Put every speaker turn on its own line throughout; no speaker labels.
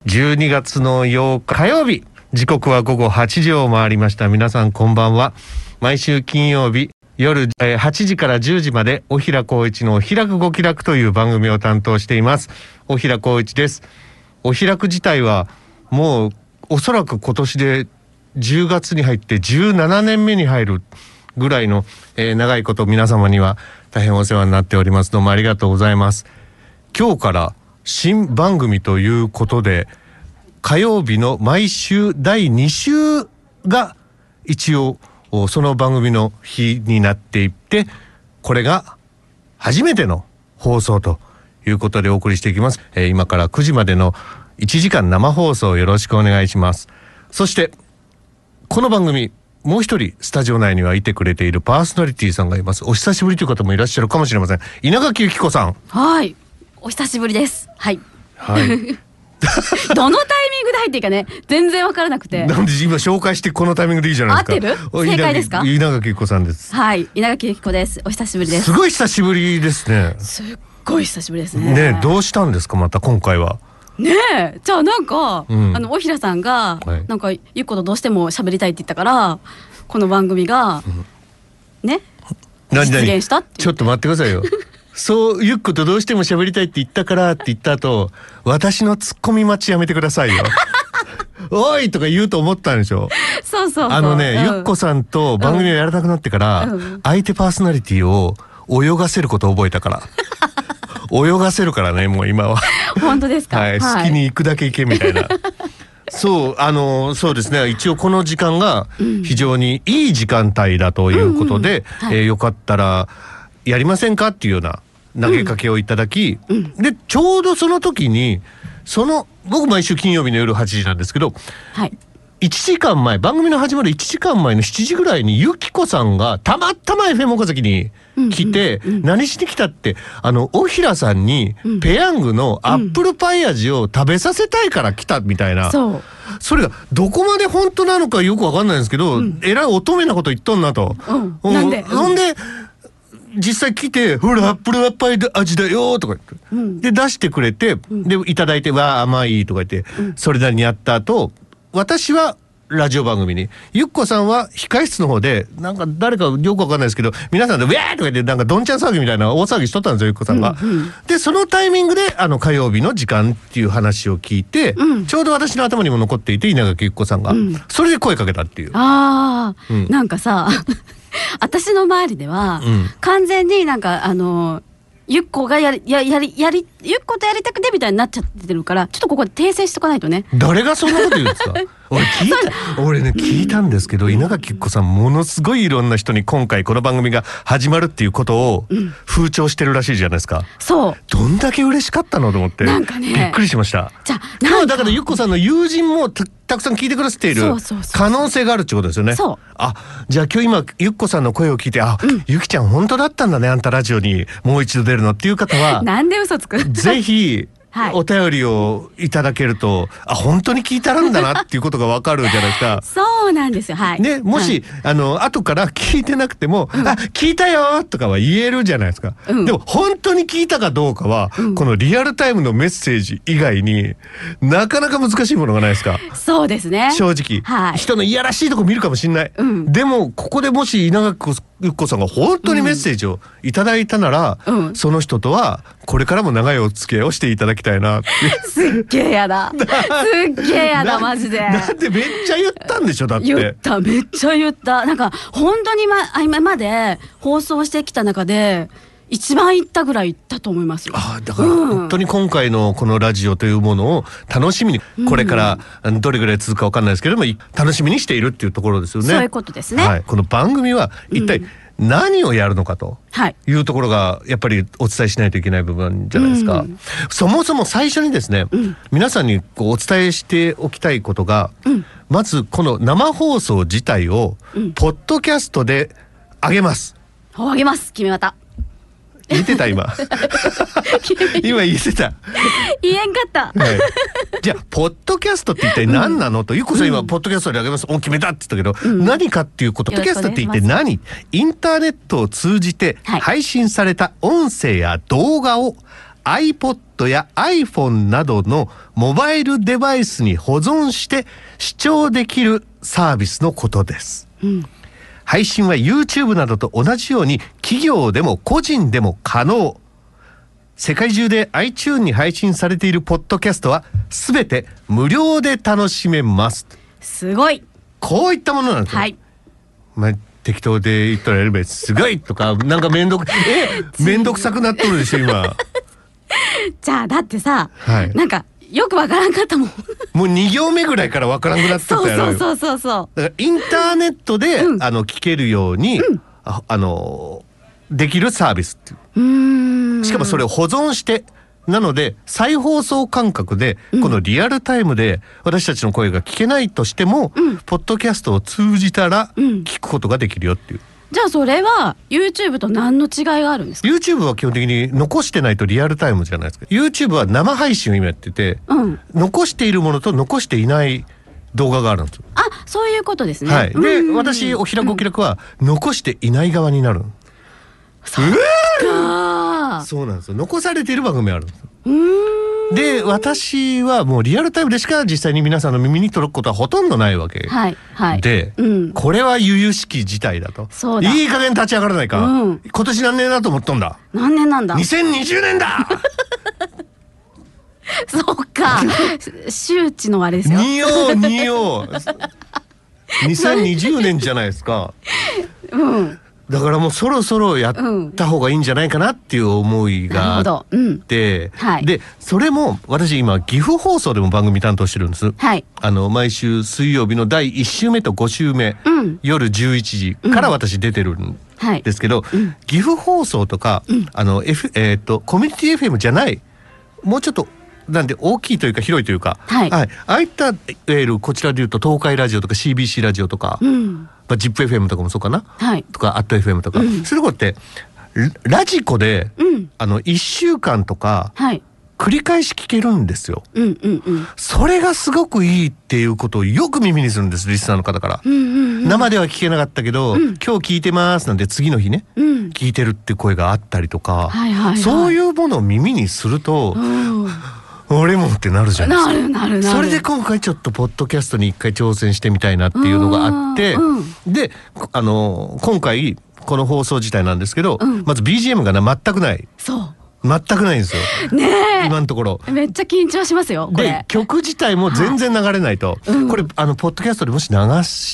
12月の8日火曜日、時刻は午後8時を回りました。皆さんこんばんは。毎週金曜日夜8時から10時までお平光一のお開くご気楽という番組を担当していますお平光一です。お開く自体はもうおそらく今年で10月に入って17年目に入るぐらいの、長いこと皆様には大変お世話になっております。どうもありがとうございます。今日から新番組ということで火曜日の毎週第2週が一応その番組の日になっていって、これが初めての放送ということでお送りしていきます。今から9時までの1時間生放送よろしくお願いします。そしてこの番組もう一人スタジオ内にはいてくれているパーソナリティさんがいます。お久しぶりという方もいらっしゃるかもしれません。稲垣由紀子さん。
はい、お久しぶりです。はい。
はい。
どのタイミングで入っていいかね、全然わからなくて。
なんで今紹介してこのタイミングでいいじゃないですか。
合ってる？正解ですか？
稲垣由紀子さんです。
はい、稲垣由紀子です。お久しぶりです。
すごい久しぶりですね。
すっごい久しぶりですね。
ね、どうしたんですかまた今回は。
ねえ、じゃあなんか、おひらさんが、
はい、
なんかゆっことどうしても喋りたいって言ったから、この番組が、ね、実現したっていう。
ちょっと待ってくださいよ。そうゆっことどうしても喋りたいって言ったからって言った後、私のツッコミ待ちやめてくださいよ。おいとか言うと思ったんでしょ。
そうそうそう。
ゆっこさんと番組をやらなくなってから、相手パーソナリティを泳がせることを覚えたから。泳がせるからね、もう今は。
本当ですか。
はい、好きに行くだけ行けみたいな。そうですね。一応この時間が非常にいい時間帯だということで、よかったらやりませんかっていうような投げかけをいただき、でちょうどその時に僕毎週金曜日の夜8時なんですけど、はい、1時間前、番組の始まる1時間前の7時ぐらいにゆきこさんがたまたま FM 岡崎に来て、何しに来たっておひらさんにペヤングのアップルパイ味を食べさせたいから来たみたいな、それがどこまで本当なのかよくわかんないんですけど、えらい乙女なこと言っとんなと。
なんで
実際来て、ほらアップルパイ味だよとか言って、で出してくれて、でいただいて、わあ甘いとか言って、それなりにやった後、私はラジオ番組に、ゆっこさんは控室の方でなんか誰かよくわかんないですけど、皆さんでウェーとか言ってなんかどんちゃん騒ぎみたいな大騒ぎしとったんですよ、ゆっこさんが。でそのタイミングで火曜日の時間っていう話を聞いて、ちょうど私の頭にも残っていて、稲垣ゆっこさんが、それで声かけたっていう。
なんかさ私の周りでは、完全になんかゆっこがゆっことやりたくてみたいになっちゃってるから、ちょっとここで訂正しとかないとね。
誰がそんなこと言うんですか。俺ね聞いたんですけど、稲垣ゆっこさんものすごいいろんな人に今回この番組が始まるっていうことを風潮してるらしいじゃないですか。
そう。
どんだけ嬉しかったのと思って、なんかね、びっくりしました。
じゃあ
今日はだからゆっこさんの友人もたくさん聞いてくださっている可能性があるってことですよね。
そう。
じゃあ今日ゆっこさんの声を聞いて、ゆきちゃん本当だったんだね、あんたラジオにもう一度出るのっていう方は
なんで嘘つく。
ぜひお便りをいただけると、本当に聞いたらんだなっていうことがわかるじゃないですか。
そうなんですよ。はい。
ね、もし、後から聞いてなくても、聞いたよとかは言えるじゃないですか。でも本当に聞いたかどうかは、このリアルタイムのメッセージ以外になかなか難しいものがないですか。
そうですね。
正直、人のいやらしいとこ見るかもしれない。でもここでもし稲垣ゆっこさんが本当にメッセージをいただいたなら、その人とはこれからも長いお付き合いをしていただきたいなって。
すっげえやだ。すっげえやだマジで。
だってめっちゃ言ったんでしょ。だって
言った、めっちゃ言った。なんか本当に今まで放送してきた中で一番言ったぐらい言ったと思いますよ。
だから本当に今回のこのラジオというものを楽しみに、これからどれぐらい続くか分かんないですけれども、楽しみにしているっていうところですよね。
そういうことですね。
この番組は一体何をやるのかというところがやっぱりお伝えしないといけない部分じゃないですか。そもそも最初にですね、皆さんにお伝えしておきたいことが、まずこの生放送自体をポッドキャストで上げます。
上げます。決めまた。
言ってた今今言ってた。
言えんかった、
じゃあポッドキャストって一体何なのと、ゆっこさん今ポッドキャストであげます、決めたって言ったけど、何かっていうこと、ポッドキャストって一体何？インターネットを通じて配信された音声や動画を iPod や iPhone などのモバイルデバイスに保存して視聴できるサービスのことです。配信は YouTube などと同じように企業でも個人でも可能。世界中で iTunes に配信されているポッドキャストはすべて無料で楽しめます。
すごい。
こういったものなんですよ。適当で言ったらやればすごいとかなんかめんどくさくなっとるでしょ今。
じゃあだってさ、
なん
かよくわからんかったもん。
もう2行目ぐらいからわからんくなってたやろ。
そう
だからインターネットで、聞けるように、できるサービスっていう。しかもそれを保存してなので再放送感覚で、このリアルタイムで私たちの声が聞けないとしても、ポッドキャストを通じたら聞くことができるよっていう。
じゃあそれは YouTube と何の違いがあるんですか？
YouTube は基本的に残してないとリアルタイムじゃないですか。 YouTube は生配信を今やってて、残しているものと残していない動画があるんですよ。
あ、そういうことですね。
で、私おひらごきらくは残していない側になる。そうなんですよ。残されている番組あるんですよ。で、私はもうリアルタイムでしか実際に皆さんの耳に届くことはほとんどないわけで、これは由々しき事態だと。いい加減立ち上がらないか。今年何年だと思っとんだ。
何年なんだ。
2020年だ。
そうか。周知のあれですよ。
2よ2020年じゃないですか。だからもうそろそろやった方がいいんじゃないかなっていう思いがあって、でそれも私今岐阜放送でも番組担当してるんです。毎週水曜日の第1週目と5週目、夜11時から私出てるんですけど、岐阜放送とかコミュニティ FM じゃないもうちょっとなんで大きいというか広いというか、ああいったこちらでいうと東海ラジオとか CBC ラジオとか、ZIPFM とかもそうかな、とか@FM とか、そういうとこってラジコで、1週間とか、繰り返し聞けるんですよ。それがすごくいいっていうことをよく耳にするんです、リスナーの方から。生では聞けなかったけど、今日聞いてますなんて次の日ね、聞いてるって声があったりとか、そういうものを耳にすると、俺もってなるじゃないですか。なる。それで今回ちょっとポッドキャストに一回挑戦してみたいなっていうのがあって、で今回この放送自体なんですけど、まず BGM が全くない。全くないんですよ。今のところ。めっちゃ緊張しますよ。で曲自体も全然流れないと。これポッドキャストでもし流して、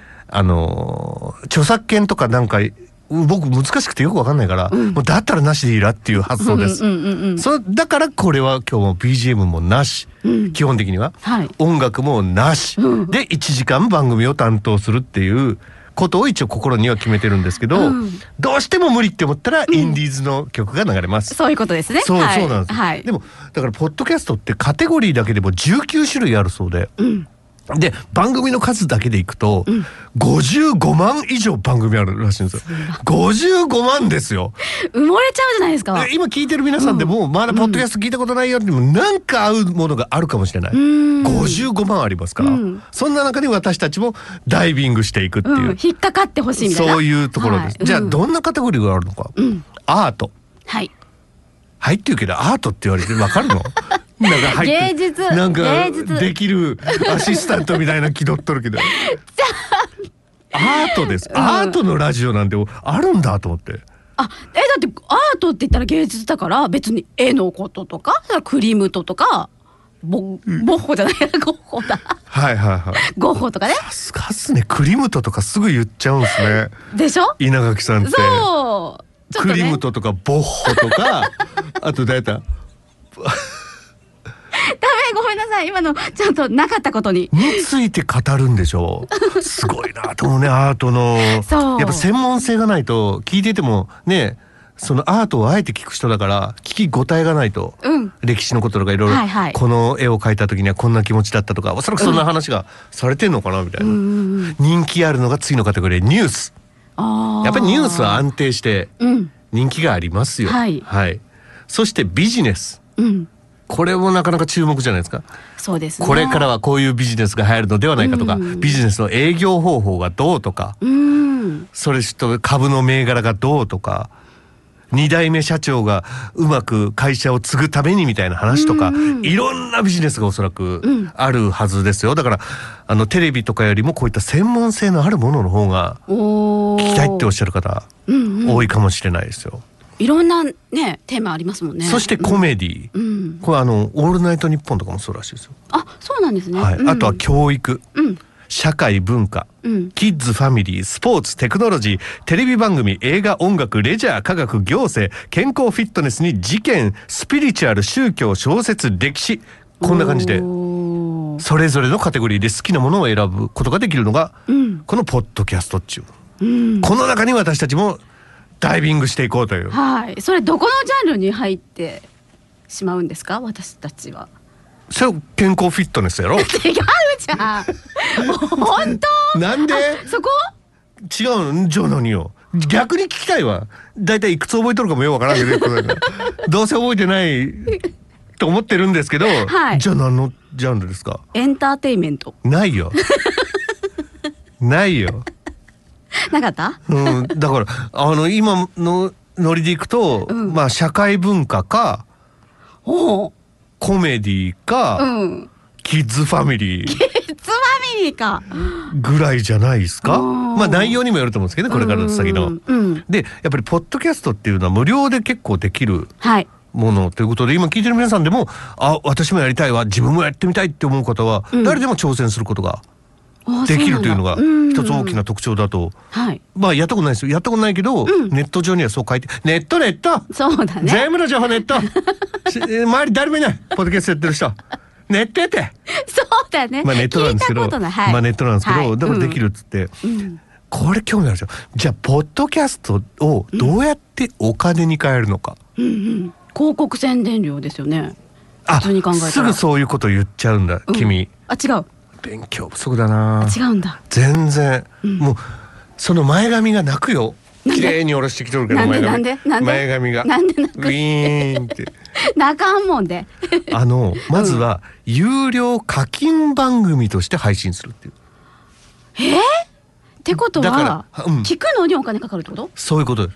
著作権とかなんか僕難しくてよく分かんないから、もうだったらなしでいいなっていう発想です。だからこれは今日も BGM もなし、基本的には、音楽もなし、で1時間番組を担当するっていうことを一応心には決めてるんですけど、どうしても無理って思ったらインディーズの曲が流れます。そういうことですね。そうなんです。でもだからポッドキャストってカテゴリーだけでも19種類あるそうで。で番組の数だけでいくと、55万以上番組あるらしいんですよ。55万ですよ。埋もれちゃうじゃないですか。今聞いてる皆さんでも、まだポッドキャスト聞いたことないよっても、なんか合うものがあるかもしれない。55万ありますから、そんな中で私たちもダイビングしていくっていう、引っかかってほしいみたいな、そういうところです。じゃあどんなカテゴリーがあるのか。アート。はいって言うけどアートって言われて分かるの？なんか入って芸術なんかできるアシスタントみたいな気取っとるけどアートです、アートのラジオなんてあるんだと思って。だってアートって言ったら芸術だから、別に絵のこととかクリムトとかボッホじゃないゴッホだゴッホとかね。さすがっすね。クリムトとかすぐ言っちゃうんですね。でしょ、稲垣さんって。そうクリムトとかボッホとかあと誰だごめんなさい、今のちょっとなかったことについて語るんでしょう。すごいなと思うね、アートの。やっぱ専門性がないと聞いててもね、そのアートをあえて聞く人だから聞き応えがないと、歴史のこととかいろいろ、この絵を描いた時にはこんな気持ちだったとか、おそらくそんな話がされてんのかなみたいな。人気あるのが次のカテゴリー、ニュース。やっぱりニュースは安定して人気がありますよ。そしてビジネス。これもなかなか注目じゃないですか。そうですね。これからはこういうビジネスが流行るのではないかとか、ビジネスの営業方法がどうとか、それと株の銘柄がどうとか、 2代目社長がうまく会社を継ぐためにみたいな話とか、いろんなビジネスがおそらくあるはずですよ。だからテレビとかよりもこういった専門性のあるものの方が聞きたいっておっしゃる方多いかもしれないですよ。
いろんなねテーマありますもんね。
そしてコメディ、これオールナイトニッポンとかもそうらしいですよ。
あ、そうなんですね。
はい、あとは教育、社会文化、キッズファミリー、スポーツ、テクノロジー、テレビ番組、映画、音楽、レジャー、科学、行政、健康、フィットネスに事件、スピリチュアル、宗教、小説、歴史、こんな感じでそれぞれのカテゴリーで好きなものを選ぶことができるのが、このポッドキャストっちゅう、この中に私たちもダイビングしていこうという。
はい。それどこのジャンルに入ってしまうんですか、私たちは。
それ健康フィットネスやろ。違う
じゃん。本当？
なんで？
そこ？
違うの？じゃあ何よ。逆に聞きたいわ。だいたいいくつ覚えとるかもよくわからんけど、どうせ覚えてないと思ってるんですけど、はい、じゃあ何のジャンルですか？
エンターテインメント。
ないよ。ないよ。
なかった？
だから今のノリでいくと、まあ社会文化か、コメディか、キッズファミリー。
キッズファミリーか。
ぐらいじゃないですか。まあ内容にもよると思うんですけどね、これからの先の。でやっぱりポッドキャストっていうのは無料で結構できるものということで、今聞いてる皆さんでも私もやりたいわ、自分もやってみたいって思う方は、誰でも挑戦することができるというのが一つ大きな特徴だと。まあやったことないですよ。やったことないけど、ネット上にはそう書いて、ネット
そうだね、
全部の情報ネット周り誰もいない、ポッドキャストやってる人ネットやって。
そうだね。
まあネットなんですけど、まあネットなんですけど、だからできるっつって、これ興味あるでしょ。じゃあポッドキャストをどうやってお金に変えるのか。
広告宣伝料ですよね。普通に考えたら
すぐそういうこと言っちゃうんだ、君。
違う。
勉強不足だな。
違うんだ。
全然、もうその前髪が泣くよ。綺麗に下ろしてきとるけど、前髪が
なんで泣く？
ウィーンって
泣かんもんで。
まずは有料課金番組として配信するっていう。
ってことは、聞くのにお金かかるってこと？そう
いうことです。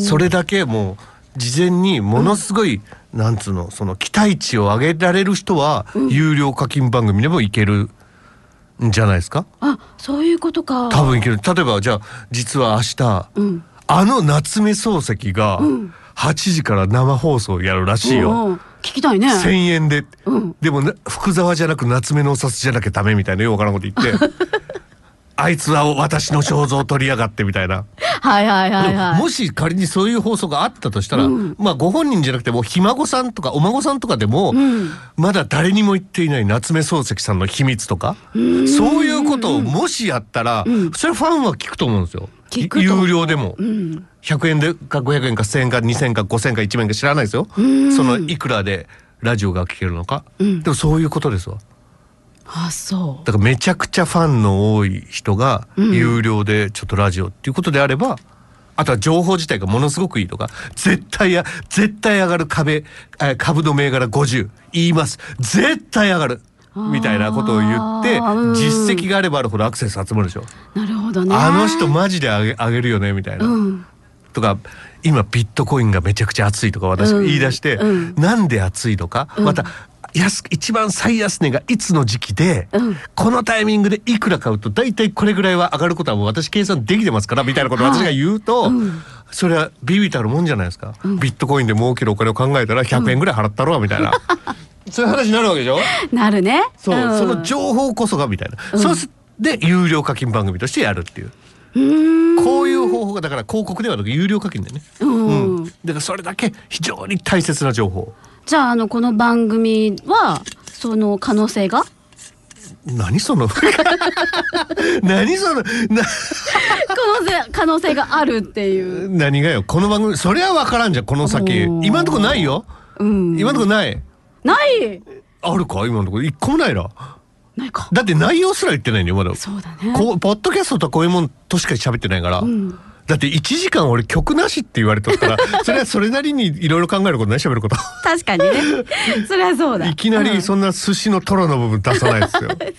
それだけもう事前にものすごい、なんつうの、その期待値を上げられる人は、有料課金番組でもいけるんじゃないですか。
そういうことか。
多分いける。例えばじゃあ実は明日、夏目漱石が8時から生放送やるらしいよ。
聞きたいね。
1000円で、でも福沢じゃなく夏目のお札じゃなきゃダメみたいなよくわからんこと言ってあいつは私の肖像を取りやがってみたいな。もし仮にそういう放送があったとしたら、まあご本人じゃなくてもひ孫さんとかお孫さんとかでも、まだ誰にも言っていない夏目漱石さんの秘密とか、そういうことをもしやったら、それファンは聞くと思うんですよ。有料でも、100円でか500円か1000円か2000円か5000円か1万円か知らないですよ。そのいくらでラジオが聞けるのか、でもそういうことですわ。
そう
だからめちゃくちゃファンの多い人が有料でちょっとラジオっていうことであれば、あとは情報自体がものすごくいいとか、絶対上がる株の銘柄50言います、絶対上がるみたいなことを言って、実績があればあるほどアクセス集まるでしょ。
なるほどね。
あの人マジで上げるよねみたいな、とか、今ビットコインがめちゃくちゃ熱いとか私言い出して、なんで熱いのか、また一番最安値がいつの時期で、このタイミングでいくら買うと大体これぐらいは上がることはもう私計算できてますからみたいなことを私が言うと、それはビビたるもんじゃないですか。ビットコインで儲けるお金を考えたら100円ぐらい払ったろうみたいな、そういう話になるわけでしょ。なるね。その情報こそがみたいな、そうで有料課金番組としてやるっていう。こういう方法がだから広告ではなく有料課金でね。だからそれだけ非常に大切な情報。
じゃあこの番組はその可能性が？
何その何その
可能性があるっていう。
何がよ、この番組それは分からんじゃん。この先今のところないよ。今のところない。あるか？今のところ一個もないな。
ないか。
だって内容すら言ってないのよまだ。
そうだね。
ポッドキャストとはこういうもんとしか喋ってないから。だって1時間俺曲なしって言われとったらそれはそれなりにいろいろ考えることない、喋ること。
確かにね。それはそうだ。
いきなりそんな寿司のトロの部分出さないですよ。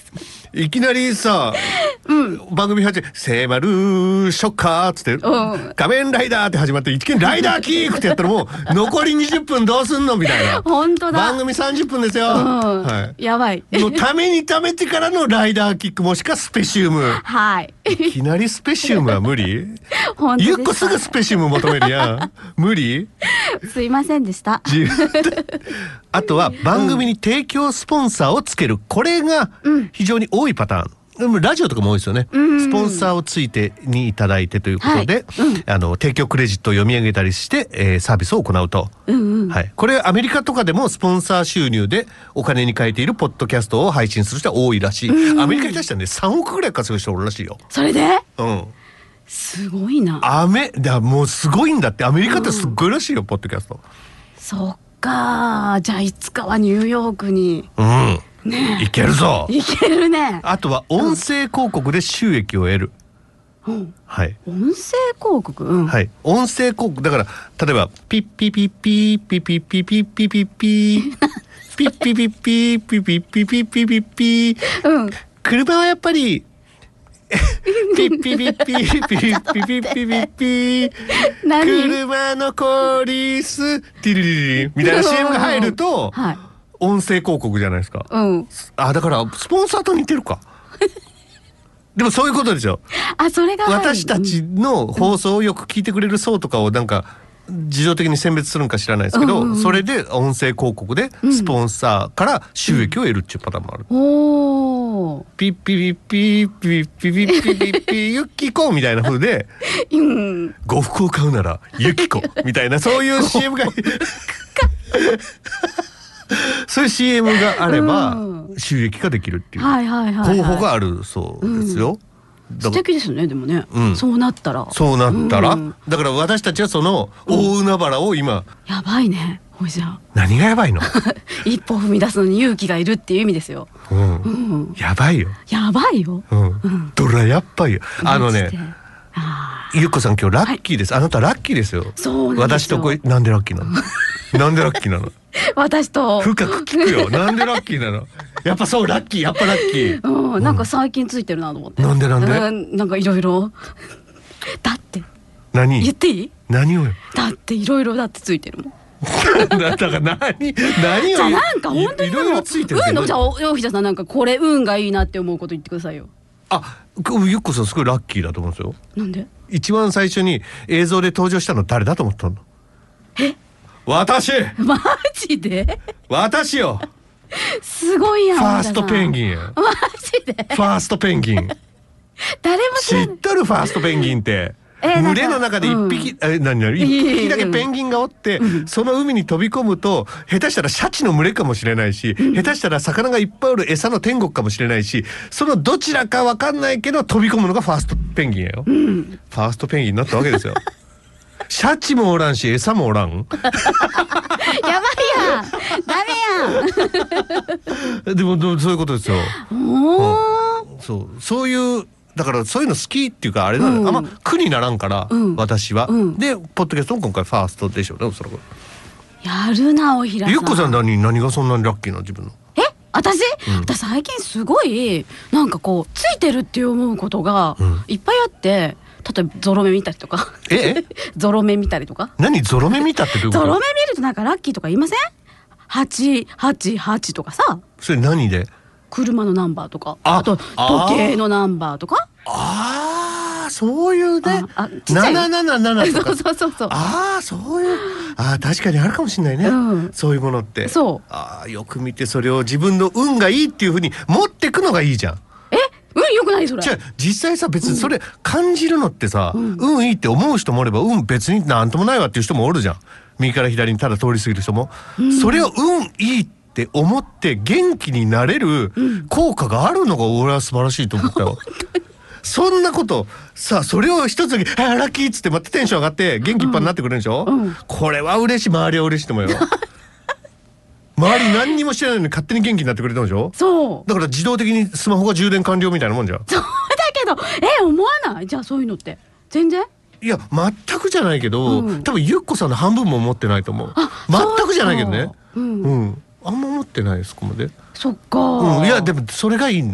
いきなりさ、番組始め迫るショッカーっつって仮面ライダーって始まって一見ライダーキックってやったらもう残り20分どうすんのみたいな。
本当だ。
番組30分ですよ。
はい。やばい。
のために貯めてからのライダーキックもしくはスペシウム。
はい。
いきなりスペシウムは無理？
本当ですか。
ゆっこすぐスペシウム求めるやん。無理？
すいませんでした。
あとは番組に提供スポンサーをつける、これが非常に多いパターン。ラジオとかも多いですよね。スポンサーをついてにいただいてということで、提供クレジットを読み上げたりして、サービスを行うと、はい、これアメリカとかでもスポンサー収入でお金に換えているポッドキャストを配信する人は多いらしい。アメリカに対してはね3億ぐらい稼ぐ人おるらしいよ。
それで？すごいな。
もうすごいんだって。アメリカってすっごいらしいよ、ポッドキャスト。
そっか。じゃあいつかはニューヨークに。
ね、いけるぞ。
いけるね。
あとは音声広告で収益を得る。はい。
音声広告。
はい。音声広告だから例えばピッピピッピーピッピッピッピッピッピッピーピッピピッピーピッピッピッピッピッピッピー。車はやっぱりピッピピッピーピッピッピッピッピッピー。車のコリスティリリリみたいな CM が入ると。音声広告じゃないですか。だからスポンサーと似てるか。でもそういうことですよ。
それが
私たちの放送をよく聞いてくれる層とかをなんか自動的に選別するんか知らないですけど、それで音声広告でスポンサーから収益を得るっていうパターンもある。ピッピピッピーピッピピッピピッピーユッキコみたいな風で、呉服を買うならユキコみたいなそういう CM がそういう CM があれば収益化できるっていう方法があるそうですよ。
素敵ですね。でもね、そうなったらだから私たちはその大海原を今やばいね。ほいじゃ
何がやばいの？
一歩踏み出すのに勇気がいるっていう意味ですよ。
やばいよ。
やばいよ。
どらやっばいよ。ゆっこさん今日ラッキーです。あなたラッキーですよ。私となんでラッキーなの？なんでラッキーなの？
私と
深く聞くよ。なんでラッキーなの？やっぱそうラッキー。やっぱラッキー。
なんか最近ついてるなと思って。
なんで？
なんかいろいろ。だって
何？
言っていい？
何を？
だっていろいろだってついてるもん。
だから何を？
じゃあなんか本当に
いろいろついてる。
じゃあ大平さんなんかこれ運がいいなって思うこと言ってくださいよ。
ゆっこさんすごいラッキーだと思うんですよ。
なんで？
一番最初に映像で登場したの誰だと思ったの？私。
マジで？
私よ。
すごいやん。
ファーストペンギンや。
マジで？
ファーストペンギン。
誰も
知っとるファーストペンギンって。群れの中で一匹、一匹だけペンギンがおって、その海に飛び込むと下手したらシャチの群れかもしれないし、下手したら魚がいっぱいおる餌の天国かもしれないし、そのどちらか分かんないけど飛び込むのがファーストペンギンやよ。ファーストペンギンになったわけですよ。シャチもおらんし餌もおらん。
やばいやん。ダメやん。
でもそういうことですよ。そういうだからそういうの好きっていうかあれなの、あんま苦にならんから、私は、でポッドキャストも今回ファーストでしょうね、おそらく。
やるなおひらさん。
ゆっこさん何がそんなにラッキーな自分の？
私最近すごいなんかこうついてるって思うことがいっぱいあって、例えばゾロ目見たりとか。ゾロ目見たりとか。
何ゾロ目見たってどういうこと？
ゾロ目見るとなんかラッキーとか言いません？888とかさ。
それ何で？
車のナンバーとか、あと時計のナンバーとか。
そういうね。777とか。
そう。
そういう。確かにあるかもしれないね。そういうものって。よく見てそれを自分の運がいいっていうふうに持ってくのがいいじゃん。
運良くないそれ。
じゃあ実際さ別にそれ感じるのってさ、運いいって思う人もおれば運別になんともないわっていう人もおるじゃん。右から左にただ通り過ぎる人も。それを運いいって思って元気になれる効果があるのが俺は素晴らしいと思ったよ。そんなことさ、それを一つだけラッキーっつってまたテンション上がって元気いっぱいになってくれるでしょ。これは嬉しい。周りは嬉しいと思うよ。周り何にも知らないのに勝手に元気になってくれたんでしょ。そうだから自動的にスマホが充電完了みたいなもんじゃん。
そうだけど思わない？じゃあそういうのって全然。
いや全くじゃないけど、多分ゆっこさんの半分も思ってないと思う。全くじゃないけどね。あんま思ってないですここまで。そっか。いやでもそれがいいんだわ。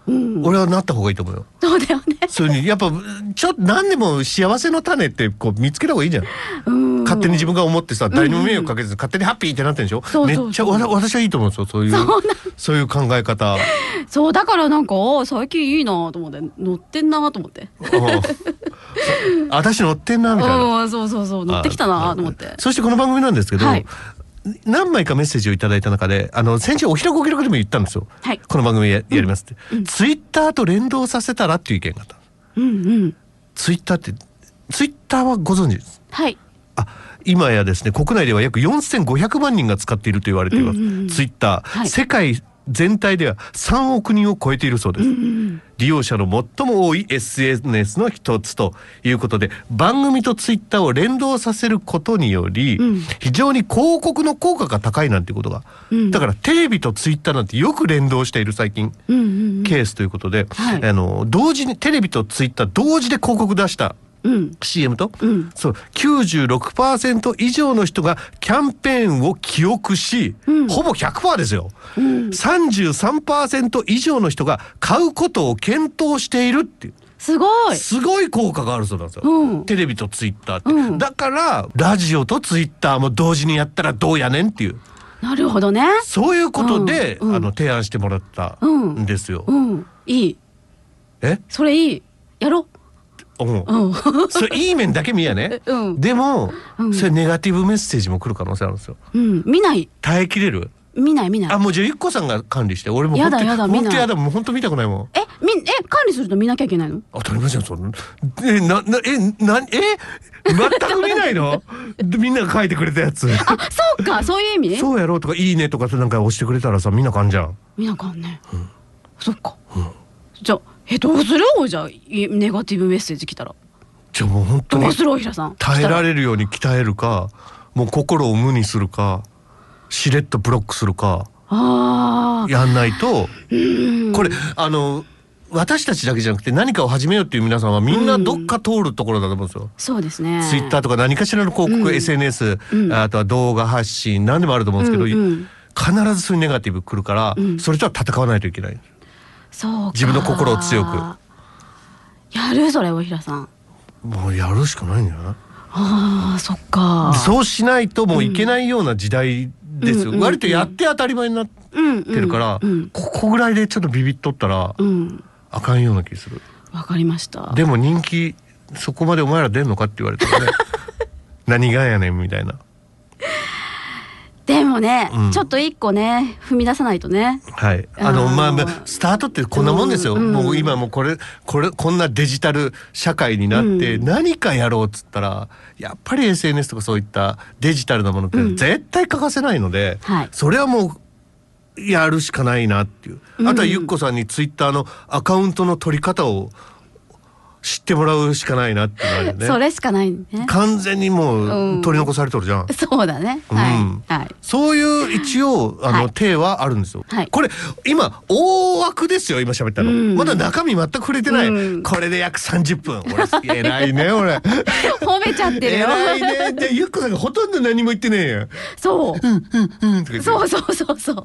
俺はなった方がいいと思うよ。
そうだよね。
そういうふうにやっぱちょっと何でも幸せの種ってこう見つけた方がいいじゃん。勝手に自分が思ってさ、誰にも迷惑かけず勝手にハッピーってなってるんでしょ。めっちゃ私はいいと思うんですよ、そういう考え方。
そうだからなんか最近いいなと思って、乗ってんなと思って。
私乗ってんなみたいな。
そう乗ってきたなと思って。
そしてこの番組なんですけど、何枚かメッセージをいただいた中で、先週おひらごきらくでも言ったんですよ。この番組やりますって。ツイッターと連動させたらっていう意見があった。ツイッターはご存知です。
はい。
今やですね、国内では約4500万人が使っていると言われています。ツイッター、世界全体では3億人を超えているそうです。利用者の最も多い SNS の一つということで、番組とツイッターを連動させることにより、非常に広告の効果が高いなんていうことが、だからテレビとツイッターなんてよく連動している最近、ケースということで、同時にテレビとツイッター同時で広告出したCM と、そう 96% 以上の人がキャンペーンを記憶し、ほぼ 100% ですよ、33% 以上の人が買うことを検討しているっていう、すごい効果があるそうなんですよ、テレビとツイッターって、だからラジオとツイッターも同時にやったらどうやねんっていう、
なるほどね、
そういうことで、提案してもらったんですよ。
いい、それいい、やろう。それいい面だけ見やね。でもそれネガティブメッセージも来る可能性あるんですよ。 見ない。
耐えきれる？
見ない。
もうじゃあゆっこさんが管理して、俺も本当やだ、もう本当見たくないもん。
管理すると見なきゃいけないの？
当たり前じゃん、そんな。全く見ないの？みんなが書いてくれたやつ。
そうか、そういう意味？
そうやろうとか、いいねとかなんか押してくれたらさ、みんなかんじゃん。
みんなかんね。そっか。じゃあどうする？じゃあネガティブメッセージ来たら。
じゃあもう本当に
どうする？おひらさん。
耐えられるように鍛えるか、もう心を無にするか、しれっとブロックするか、やんないと、これ私たちだけじゃなくて、何かを始めようっていう皆さんはみんなどっか通るところだと思うんですよ。
そうですね。
ツイッターとか何かしらの広告、SNS、あとは動画発信、何でもあると思うんですけど、必ずそういうネガティブ来るから、それとは戦わないといけない。自分の心を強く
やる、それおひらさん。
もうやるしかないんじゃない？
そっか。
そうしないともういけないような時代ですよ。割とやって当たり前になってるから、ここぐらいでちょっとビビっとったらあかんような気する。
わかりました。
でも人気そこまでお前ら出んのかって言われたらね何がやねんみたいな。
でもね、ちょっと一個ね踏み出さないとね。
はい。スタートってこんなもんですよ。もう今もこんなデジタル社会になって何かやろうっつったら、やっぱり SNS とかそういったデジタルなものって絶対欠かせないので、それはもうやるしかないなっていう。あとはゆっこさんにツイッターのアカウントの取り方を知ってもらうしかないなってなるよね。
それしかないね。
完全にもう取り残されとるじゃん。
そうだね。
そういう一応体はあるんですよ。これ今大枠ですよ、今喋ったの。まだ中身全く触れてない。これで約30分。俺偉いね、俺。
褒めちゃってるよ。
偉いね。でゆっこさんがほとんど何も言ってねえや。
そう。そう。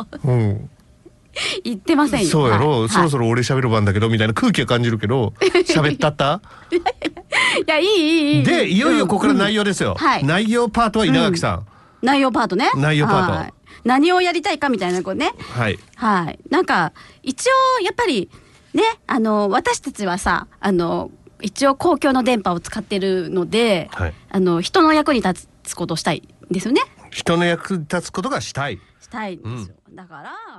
言ってませんよ。
そうやろ、そろそろ俺喋る番だけどみたいな空気は感じるけど、喋ったった
いや、いい
で、いよいよここから内容ですよ。内容パートは稲垣さん。
内容パートね。
内容パート、
何をやりたいかみたいなこうね。なんか一応やっぱりね、私たちはさ、一応公共の電波を使ってるので、人の役に立つことをしたいんですよね。
人の役に立つことがしたいん
ですよ。だから